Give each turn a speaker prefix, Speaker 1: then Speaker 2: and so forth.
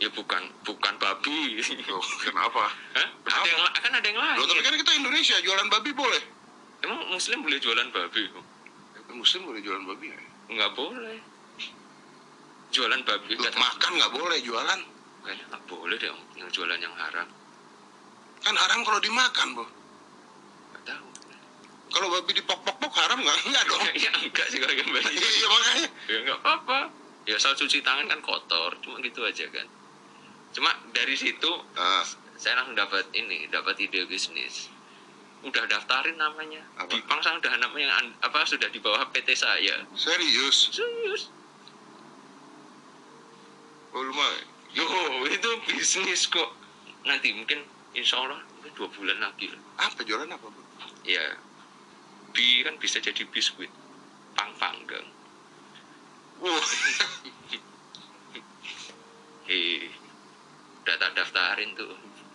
Speaker 1: Ya bukan babi.
Speaker 2: Loh, kenapa?
Speaker 1: Hah? Ada yang lain.
Speaker 2: Loh, tapi kan kita Indonesia, jualan babi boleh.
Speaker 1: Emang Muslim boleh jualan babi?
Speaker 2: Muslim boleh jualan babi nggak?
Speaker 1: Nggak boleh. Jualan babi.
Speaker 2: Loh, makan nggak boleh, jualan.
Speaker 1: Kayaknya nggak boleh deh yang jualan yang haram.
Speaker 2: Kan haram kalau dimakan, Bu.
Speaker 1: Nggak tahu.
Speaker 2: Kalau babi dipok-pok haram nggak? Enggak dong.
Speaker 1: Ya enggak sih kalau babi.
Speaker 2: Iya makanya.
Speaker 1: Ya nggak apa-apa. Ya asal cuci tangan kan kotor, cuma gitu aja kan. Cuma dari situ saya langsung dapat ide bisnis. Udah daftarin namanya.
Speaker 2: Apa?
Speaker 1: Di Pangsang udah namanya sudah di bawah PT saya.
Speaker 2: Serius? Oh lumayan.
Speaker 1: Yo, itu bisnis kok. Nanti mungkin insya Allah mungkin 2 bulan lagi.
Speaker 2: Apa jualan apa, Bu?
Speaker 1: Ya, kan bisa jadi biskuit. Panggang.
Speaker 2: Wah.
Speaker 1: Udah tak daftarin tuh.